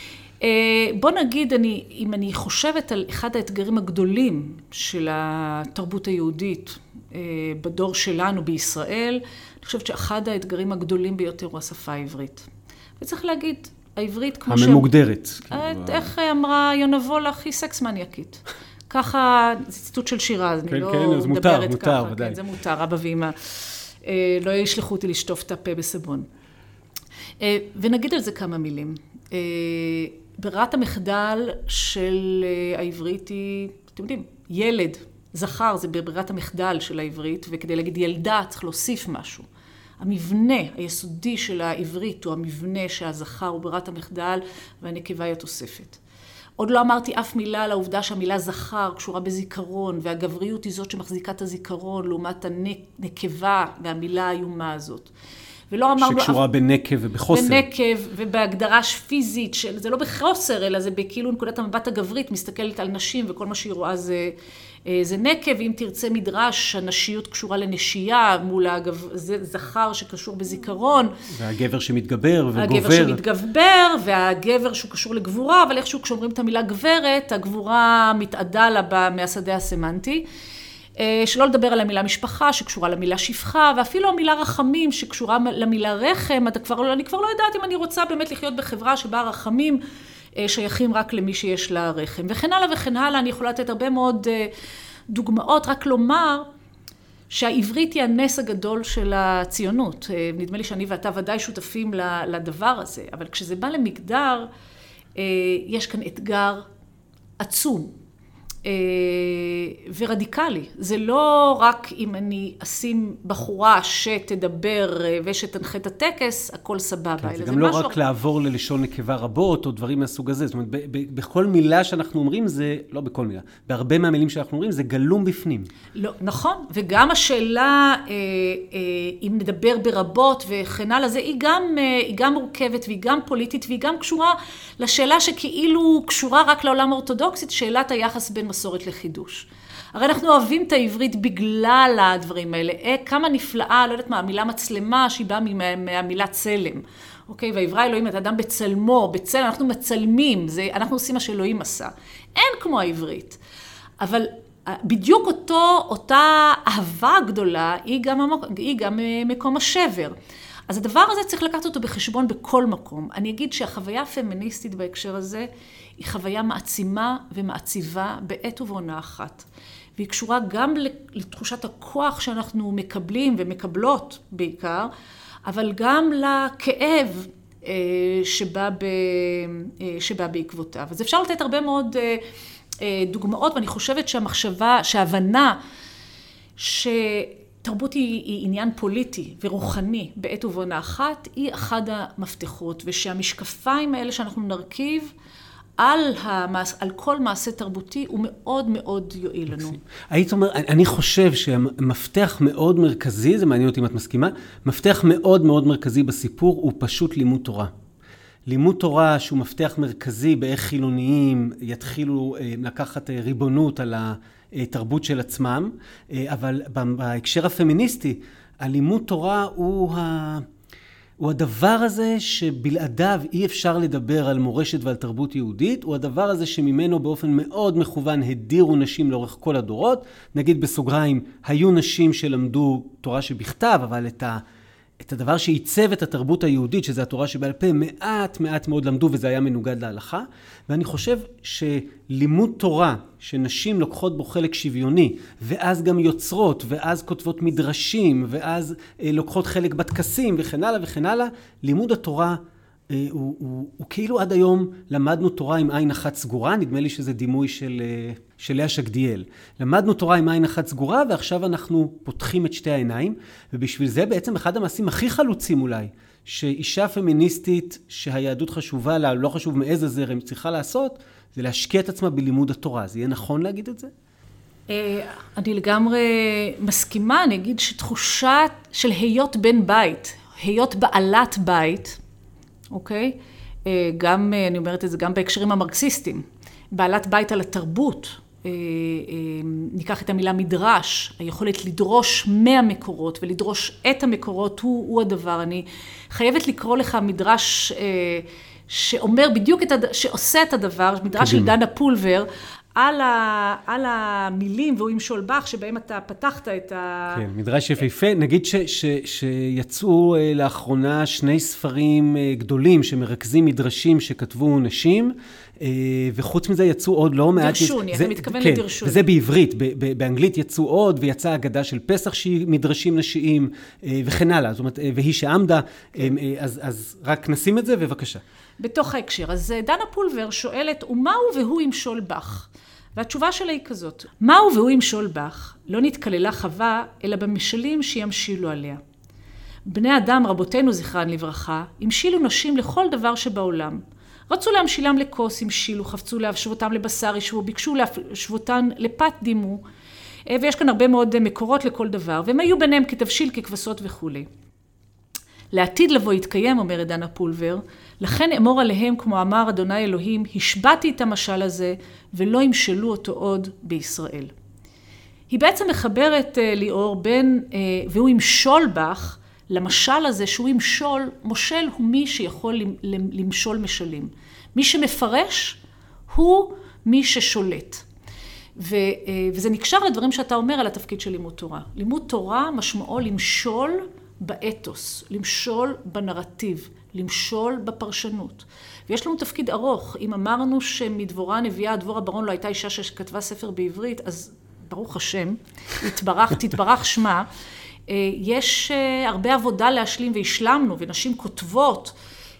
בוא נגיד, אם אני חושבת על אחד האתגרים הגדולים של התרבות היהודית בדור שלנו בישראל, אני חושבת שאחד האתגרים הגדולים ביותר הוא השפה העברית. וצריך להגיד, העברית כמו הממוגדרת. איך אמרה יונבולך, היא סקס מניאקית. ככה, זה ציטוט של שירה, אז אני לא מדברת ככה. כן, זה מותר, אבא ואמא. לא ישלחו אותי לשטוף את הפה בסבון. ונגיד על זה כמה מילים. ברירת המחדל של העברית היא, אתם יודעים, ילד, זכר, זה ברירת המחדל של העברית, וכדי להגיד ילדה צריך להוסיף משהו. המבנה היסודי של העברית הוא המבנה שהזכר הוא ברירת המחדל, והנקבה היא התוספת. עוד לא אמרתי אף מילה על העובדה שהמילה זכר קשורה בזיכרון, והגבריות היא זאת שמחזיקה את הזיכרון, לעומת הנקבה והמילה האיומה הזאת. ולא אמרנו... שקשורה בנקב ובחוסר. בנקב ובהגדרה פיזית, זה לא בחוסר, אלא זה כאילו נקודת המבט הגברית, מסתכלת על נשים, וכל מה שהיא רואה זה נקב, ואם תרצה מדרש, הנשיות קשורה לנשייה, מול זה זכר שקשור בזיכרון. והגבר שמתגבר וגובר. הגבר שמתגבר, והגבר שהוא קשור לגבורה, אבל איכשהו כשאומרים את המילה גברת, הגבורה מתעדה לה מהשדה הסמנטי. שלא לדבר על המילה משפחה, שקשורה למילה שפחה, ואפילו המילה רחמים, שקשורה למילה רחם. אני כבר לא יודעת אם אני רוצה באמת לחיות בחברה שבה הרחמים שייכים רק למי שיש לה רחם. וכן הלאה וכן הלאה, אני יכולה לתת הרבה מאוד דוגמאות, רק לומר שהעברית היא הנס הגדול של הציונות. נדמה לי שאני ואתה ודאי שותפים לדבר הזה, אבל כשזה בא למגדר, יש כאן אתגר עצום. ורדיקלי. זה לא רק אם אני אשים בחורה שתדבר ושתנחה את הטקס, הכל סבבה. כן, זה גם לא רק לעבור ללשון נקבה רבות או דברים מהסוג הזה. זאת אומרת, בכל מילה שאנחנו אומרים זה, לא בכל מילה, בהרבה מהמילים שאנחנו אומרים זה גלום בפנים. לא, נכון. וגם השאלה, אם נדבר ברבות וכן הלאה, היא גם מורכבת והיא גם פוליטית והיא גם קשורה לשאלה שכאילו קשורה רק לעולם האורתודוקסית, שאלת היחס בין מסורת לחידוש. הרי אנחנו אוהבים את העברית בגלל הדברים האלה. כמה נפלאה, לא יודעת מה, המילה מצלמה שהיא באה מהמילה צלם. אוקיי, והעברה אלוהים את האדם בצלמו, בצלם, אנחנו מצלמים, אנחנו עושים מה שאלוהים עשה. אין כמו העברית. אבל בדיוק אותה אהבה גדולה, היא גם מקום השבר. אז הדבר הזה צריך לקחת אותו בחשבון בכל מקום. אני אגיד שהחוויה הפמיניסטית בהקשר הזה היא חוויה מעצימה ומעציבה בעת ובעונה אחת. והיא קשורה גם לתחושת הכוח שאנחנו מקבלים ומקבלות בעיקר, אבל גם לכאב שבא בעקבותיו. אז אפשר לתת הרבה מאוד דוגמאות, ואני חושבת שההבנה תרבות היא עניין פוליטי ורוחני בעת ובעונה אחת, היא אחד המפתחות, ושהמשקפיים האלה שאנחנו נרכיב על כל מעשה תרבותי הוא מאוד מאוד יועיל לנו. היית אומר, אני חושב שהמפתח מאוד מרכזי, זה מעניין אותי אם את מסכימה, מפתח מאוד מאוד מרכזי בסיפור הוא פשוט לימוד תורה. לימוד תורה שהוא מפתח מרכזי באיך חילוניים יתחילו לקחת ריבונות על התרבות של עצמם, אבל בהקשר הפמיניסטי, הלימוד תורה הוא הדבר הזה שבלעדיו אי אפשר לדבר על מורשת ועל תרבות יהודית, הוא הדבר הזה שממנו באופן מאוד מכוון הדירו נשים לאורך כל הדורות. נגיד בסוגריים, היו נשים שלמדו תורה שבכתב, אבל את הדבר שעיצב את התרבות היהודית, שזה התורה שבעל פה, מעט מאוד למדו, וזה היה מנוגד להלכה. ואני חושב שלימוד תורה, שנשים לוקחות בו חלק שוויוני, ואז גם יוצרות, ואז כותבות מדרשים, ואז לוקחות חלק בטקסים, וכן הלאה וכן הלאה, לימוד התורה הוא כאילו עד היום למדנו תורה עם עין אחת סגורה, נדמה לי שזה דימוי של לאה שקדיאל. למדנו תורה עם עין אחת סגורה, ועכשיו אנחנו פותחים את שתי העיניים, ובשביל זה בעצם אחד המעשים הכי חלוצים אולי, שאישה פמיניסטית שהיהדות חשובה לה, לא חשוב מאיזה זרם צריכה לעשות, זה להשקיע את עצמה בלימוד התורה. זה יהיה נכון להגיד את זה? אני לגמרי מסכימה, אני אגיד שתחושה של היות בן בית, היות בעלת בית, אוקיי? גם, אני אומרת את זה גם בהקשרים המרקסיסטיים, בעלת בית על התרבות, ניקח את המילה מדרש, היכולת לדרוש מהמקורות ולדרוש את המקורות הוא הדבר. אני חייבת לקרוא לך מדרש שאומר בדיוק שעושה את הדבר, מדרש של דנה פולבר, על המילים והוא ימשול בך, שבהם אתה פתחת את כן, מדרש יפהפה. נגיד שיצאו לאחרונה שני ספרים גדולים שמרכזים מדרשים שכתבו נשים, וחוץ מזה יצאו עוד לא מעט... דרשוני, אתה מתכוון לדרשוני. וזה בעברית, באנגלית יצאו עוד, ויצאה אגדה של פסח שהיא מדרשים נשיים, וכן הלאה, זאת אומרת, והיא שעמדה, אז רק נשים את זה, ובבקשה. בתוך ההקשר. אז דנה פולבר שואלת, ומהו והוא ימשול בך? והתשובה שלה היא כזאת, מהו והוא ימשול בך? לא נתכללה חווה, אלא במשלים שימשילו עליה. בני אדם, רבותינו זכרן לברכה, המשילו נשים לכל דבר שבעולם. רצו להמשילם לכוס, המשילו, חפצו להשוותם לבשר, ישבו, ביקשו להשוותן לפת דימו, ויש כאן הרבה מאוד מקורות לכל דבר, והם היו ביניהם כתבשיל, ככבשות וכו'. לעתיד לבוא יתקיים, אומרת דנה פולבר, לכן אמור עליהם, כמו אמר אדוני אלוהים, השבעתי את המשל הזה, ולא ימשלו אותו עוד בישראל. היא בעצם מחברת ליאור בין, והוא ימשול בך, למשל הזה שהוא ימשול, מושל הוא מי שיכול למשול משלים. מי שמפרש הוא מי ששולט. וזה נקשר לדברים שאתה אומר על התפקיד של לימוד תורה. לימוד תורה משמעו למשול באתוס, למשול בנרטיב, למשול בפרשנות. ויש לנו תפקיד ארוך. אם אמרנו שמדבורה הנביאה, דבורה ברון לא הייתה אישה שכתבה ספר בעברית, אז ברוך השם, תתברך שמה, יש הרבה עבודה להשלים והשלמנו, ונשים כותבות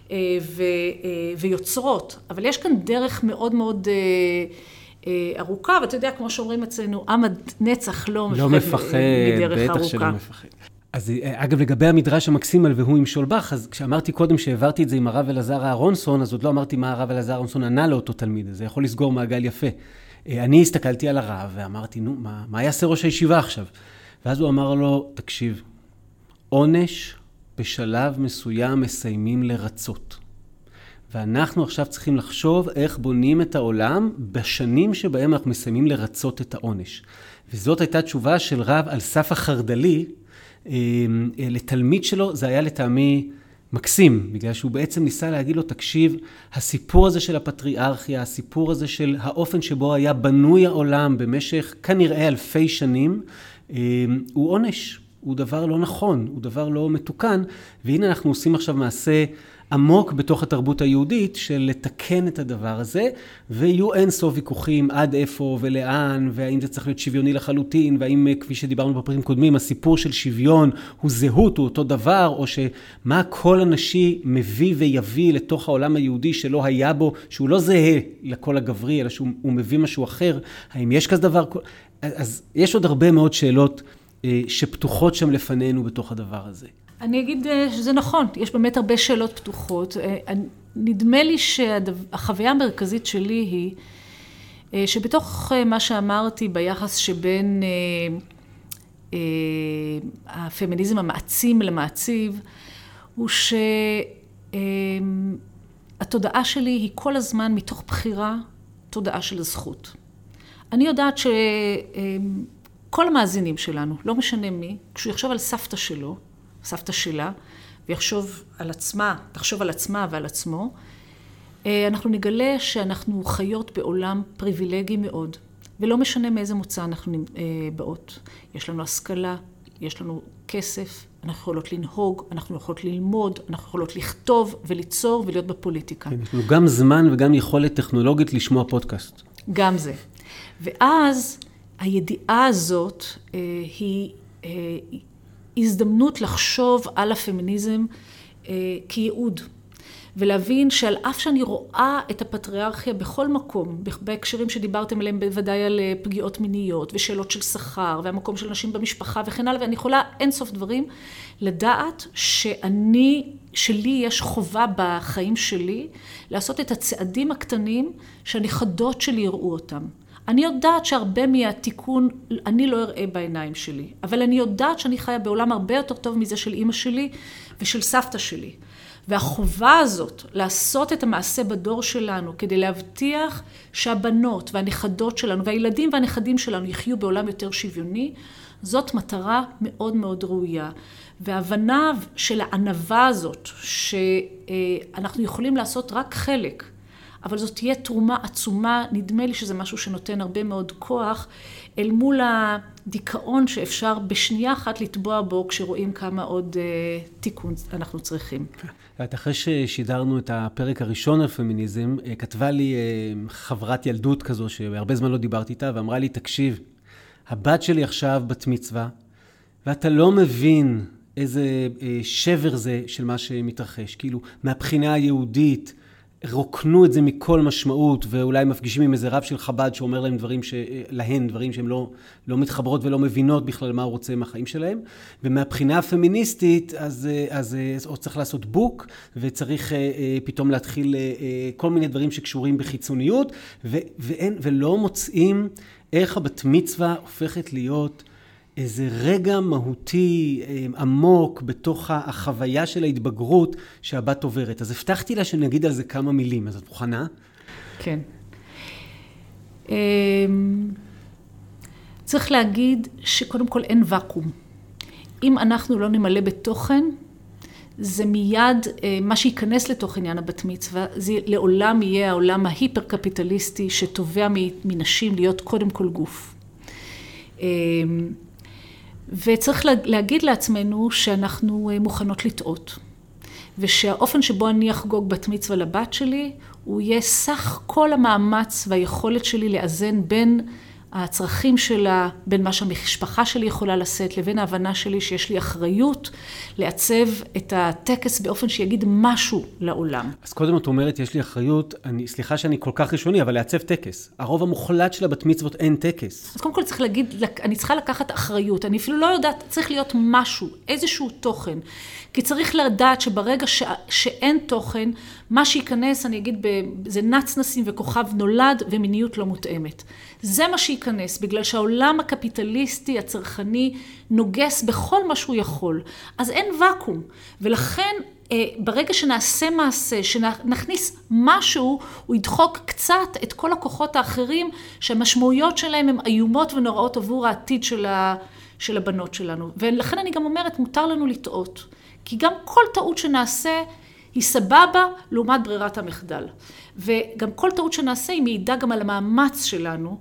ויוצרות, אבל יש כאן דרך מאוד מאוד ארוכה, ואתה יודע, כמו שאומרים אצלנו, עם הנצח לא מפחד מדרך ארוכה. בטח שלא מפחד. אז אגב, לגבי המדרש המקסים על והוא ימשול בך, אז כשאמרתי קודם שהעברתי את זה עם הרב אלעזר אהרונסון, אז עוד לא אמרתי מה הרב אלעזר אהרונסון ענה לאותו תלמיד, אז זה יכול לסגור מעגל יפה. אני הסתכלתי על הרב ואמרתי, נו, מה יעשה ראש הישיבה עכשיו? ואז הוא אמר לו, תקשיב, עונש בשלב מסוים מסיימים לרצות. ואנחנו עכשיו צריכים לחשוב איך בונים את העולם בשנים שבהם אנחנו מסיימים לרצות את העונש. וזאת הייתה תשובה של רב על סף החרדלי, לתלמיד שלו, זה היה לטעמי מקסים, בגלל שהוא בעצם ניסה להגיד לו, תקשיב, הסיפור הזה של הפטריארכיה, הסיפור הזה של האופן שבו היה בנוי העולם במשך כנראה אלפי שנים, הוא עונש, הוא דבר לא נכון, הוא דבר לא מתוקן, והנה אנחנו עושים עכשיו מעשה עמוק בתוך התרבות היהודית של לתקן את הדבר הזה, ויהיו אין סוף ויכוחים עד איפה ולאן, והאם זה צריך להיות שוויוני לחלוטין, והאם כפי שדיברנו בפרקים קודמים, הסיפור של שוויון הוא זהות, הוא אותו דבר, או שמה הקול הנשי מביא ויביא לתוך העולם היהודי שלא היה בו, שהוא לא זהה לקול הגברי, אלא שהוא מביא משהו אחר, האם יש כזה דבר? אז יש עוד הרבה מאוד שאלות שפתוחות שם לפנינו בתוך הדבר הזה. אני אגיד שזה נכון, יש באמת הרבה שאלות פתוחות. נדמה לי שהחוויה המרכזית שלי היא שבתוך מה שאמרתי ביחס שבין הפמיניזם המעצים למעציב, הוא שהתודעה שלי היא כל הזמן מתוך בחירה תודעה של הזכות. אני יודעת שכל המאזינים שלנו, לא משנה מי, כשהוא יחשוב על סבתא שלו, סבתא שלה, ויחשוב על עצמה, תחשוב על עצמה ועל עצמו, אנחנו נגלה שאנחנו חיות בעולם פריבילגי מאוד, ולא משנה מאיזה מוצא אנחנו באות. יש לנו השכלה, יש לנו כסף, אנחנו יכולות לנהוג, אנחנו יכולות ללמוד, אנחנו יכולות לכתוב וליצור ולהיות בפוליטיקה. כן, יש לנו גם זמן וגם יכולת טכנולוגית לשמוע פודקאסט. גם זה. ואז הידיעה הזאת היא הזדמנות לחשוב על הפמיניזם כייעוד. ולהבין שעל אף שאני רואה את הפטריארכיה בכל מקום, בהקשרים שדיברתם עליהם בוודאי על פגיעות מיניות ושאלות של שכר והמקום של נשים במשפחה וכן הלאה, ואני יכולה אינסוף דברים, לדעת שלי יש חובה בחיים שלי לעשות את הצעדים הקטנים שהנכדות שלי יראו אותם. אני יודעת שהרבה מהתיקון אני לא אראה בעיניים שלי, אבל אני יודעת שאני חיה בעולם הרבה יותר טוב מזה של אמא שלי ושל סבתא שלי. והחובה הזאת לעשות את המעשה בדור שלנו כדי להבטיח שהבנות והנכדות שלנו והילדים והנכדים שלנו יחיו בעולם יותר שוויוני, זאת מטרה מאוד מאוד ראויה. וההבנה של הענווה הזאת שאנחנו יכולים לעשות רק חלק, אבל זאת תהיה תרומה עצומה, נדמה לי שזה משהו שנותן הרבה מאוד כוח אל מול הדיכאון שאפשר בשנייה אחת לטבוע בו כשרואים כמה עוד תיקון אנחנו צריכים. אחרי ששידרנו את הפרק הראשון על פמיניזם, כתבה לי חברת ילדות כזו שהרבה זמן לא דיברתי איתה, ואמרה לי, תקשיב, הבת שלי עכשיו בת מצווה, ואתה לא מבין איזה שבר זה של מה שמתרחש. כאילו, מהבחינה היהודית, רוקנו את זה מכל משמעות, ואולי מפגישים עם איזה רב של חב"ד שאומר להם דברים שהן לא מתחברות ולא מבינות בכלל מה הוא רוצה מהחיים שלהם. ומהבחינה הפמיניסטית, אז צריך לעשות בוק, וצריך פתאום להתחיל כל מיני דברים שקשורים בחיצוניות, ולא מוצאים איך הבת מצווה הופכת להיות איזה רגע מהותי, עמוק, בתוך החוויה של ההתבגרות שהבת עוברת. אז הבטחתי לה שנגיד על זה כמה מילים. אז את מוכנה? כן. צריך להגיד שקודם כל אין וקום. אם אנחנו לא נמלא בתוכן, זה מיד מה שיכנס לתוך עניין הבת מצווה, זה לעולם יהיה העולם ההיפר-קפיטליסטי שתובע מנשים להיות קודם כל גוף. וצריך להגיד לעצמנו שאנחנו מוכנות לטעות. ושהאופן שבו אני אחגוג בת מצווה לבת שלי, הוא יהיה סך כל המאמץ והיכולת שלי לאזן בין הצרכים שלה, בין מה שהמשפחה שלי יכולה לשאת, לבין ההבנה שלי שיש לי אחריות לעצב את הטקס באופן שיגיד משהו לעולם. אז קודם את אומרת, יש לי אחריות, סליחה שאני כל כך ראשוני, אבל לעצב טקס. הרוב המוחלט של הבת מצוות אין טקס. אז קודם כל צריך להגיד, אני צריכה לקחת אחריות. אני אפילו לא יודעת, צריך להיות משהו, איזשהו תוכן. כי צריך לדעת שברגע שאין תוכן, מה שייכנס, אני אגיד, זה נצנסים וכוכב נולד ומיניות לא מותאמת. זה מה שייכנס, בגלל שהעולם הקפיטליסטי, הצרכני, נוגס בכל מה שהוא יכול. אז אין וקום. ולכן, ברגע שנעשה מעשה, שנכניס משהו, הוא ידחוק קצת את כל הכוחות האחרים, שהמשמעויות שלהם הן איומות ונוראות עבור העתיד של הבנות שלנו. ולכן אני גם אומרת, מותר לנו לטעות. כי גם כל טעות שנעשה היא סבבה לעומת ברירת המחדל. וגם כל טעות שנעשה היא מעידה גם על המאמץ שלנו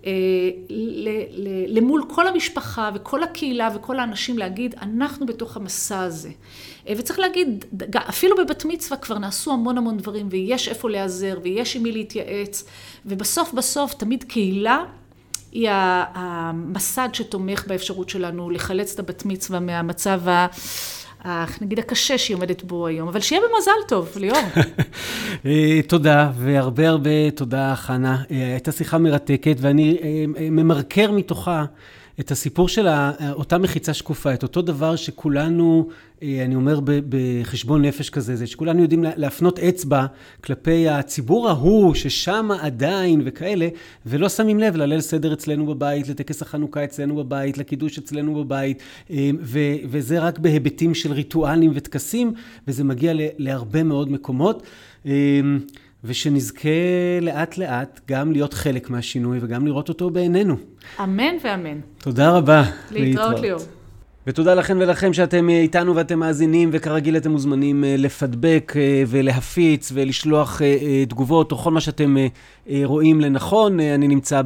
למול כל המשפחה וכל הקהילה וכל האנשים להגיד, אנחנו בתוך המסע הזה. וצריך להגיד, אפילו בבת מצווה כבר נעשו המון דברים, ויש איפה להיעזר, ויש עם מי להתייעץ, ובסוף תמיד קהילה היא המסד שתומך באפשרות שלנו לחלץ את הבת מצווה מהמצב נגיד הקשה שהיא עומדת בו היום, אבל שיהיה במזל טוב, ליאור. תודה, והרבה תודה, חנה. הייתה שיחה מרתקת, ואני ממרקר מתוכה את הסיפור של אותה מחיצה שקופה, את אותו דבר שכולנו, אני אומר בחשבון נפש כזה, זה שכולנו יודעים להפנות אצבע כלפי הציבור ההוא ששם עדיין וכאלה, ולא שמים לב לליל סדר אצלנו בבית, לטקס החנוכה אצלנו בבית, לקידוש אצלנו בבית, וזה רק בהיבטים של ריטואלים וטקסים, וזה מגיע להרבה מאוד מקומות. ושנזכה לאט לאט גם להיות חלק מהשינוי וגם לראות אותו בעינינו. אמן ואמן. תודה רבה. להתראות ליאור. ותודה לכם ולכם שאתם איתנו ואתם מאזינים, וכרגיל אתם מוזמנים לפדבק ולהפיץ ולשלוח תגובות או כל מה שאתם רואים לנכון. אני נמצא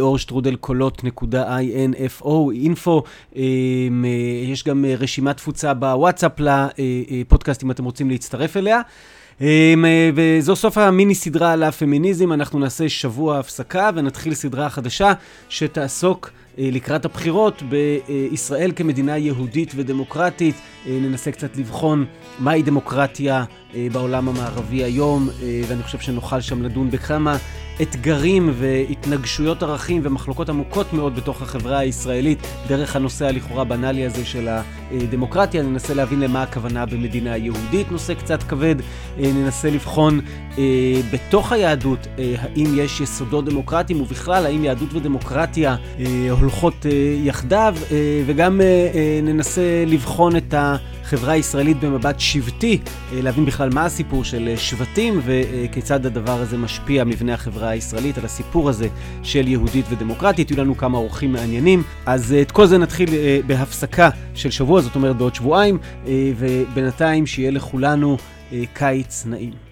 בליאור_קולות.info. יש גם רשימת תפוצה בוואטסאפ לפודקאסט אם אתם רוצים להצטרף אליה. וזו סוף המיני סדרה על הפמיניזם. אנחנו נעשה שבוע הפסקה ונתחיל סדרה חדשה שתעסוק לקראת הבחירות בישראל כמדינה יהודית ודמוקרטית. ננסה קצת לבחון מהי דמוקרטיה בעולם המערבי היום, ואני חושב שנוכל שם לדון בכמה אתגרים והתנגשויות ערכים ומחלוקות עמוקות מאוד בתוך החברה הישראלית דרך הנושא הלכאורה בנאלי הזה של הדמוקרטיה. ננסה להבין למה הכוונה במדינה יהודית, נושא קצת כבד. ננסה לבחון בתוך היהדות האם יש יסודות דמוקרטיים, ובכלל האם יהדות ודמוקרטיה הולכות יחדיו, וגם ננסה לבחון את החברה הישראלית במבט שבטי, להבין בכלל מה הסיפור של שבטים וכיצד הדבר הזה משפיע מבנה החברה הישראלית על הסיפור הזה של יהודית ודמוקרטית. יהיו לנו כמה אורחים מעניינים, אז את כל זה נתחיל בהפסקה של שבוע, זאת אומרת בעוד שבועיים, ובינתיים שיהיה לכולנו קיץ נעים.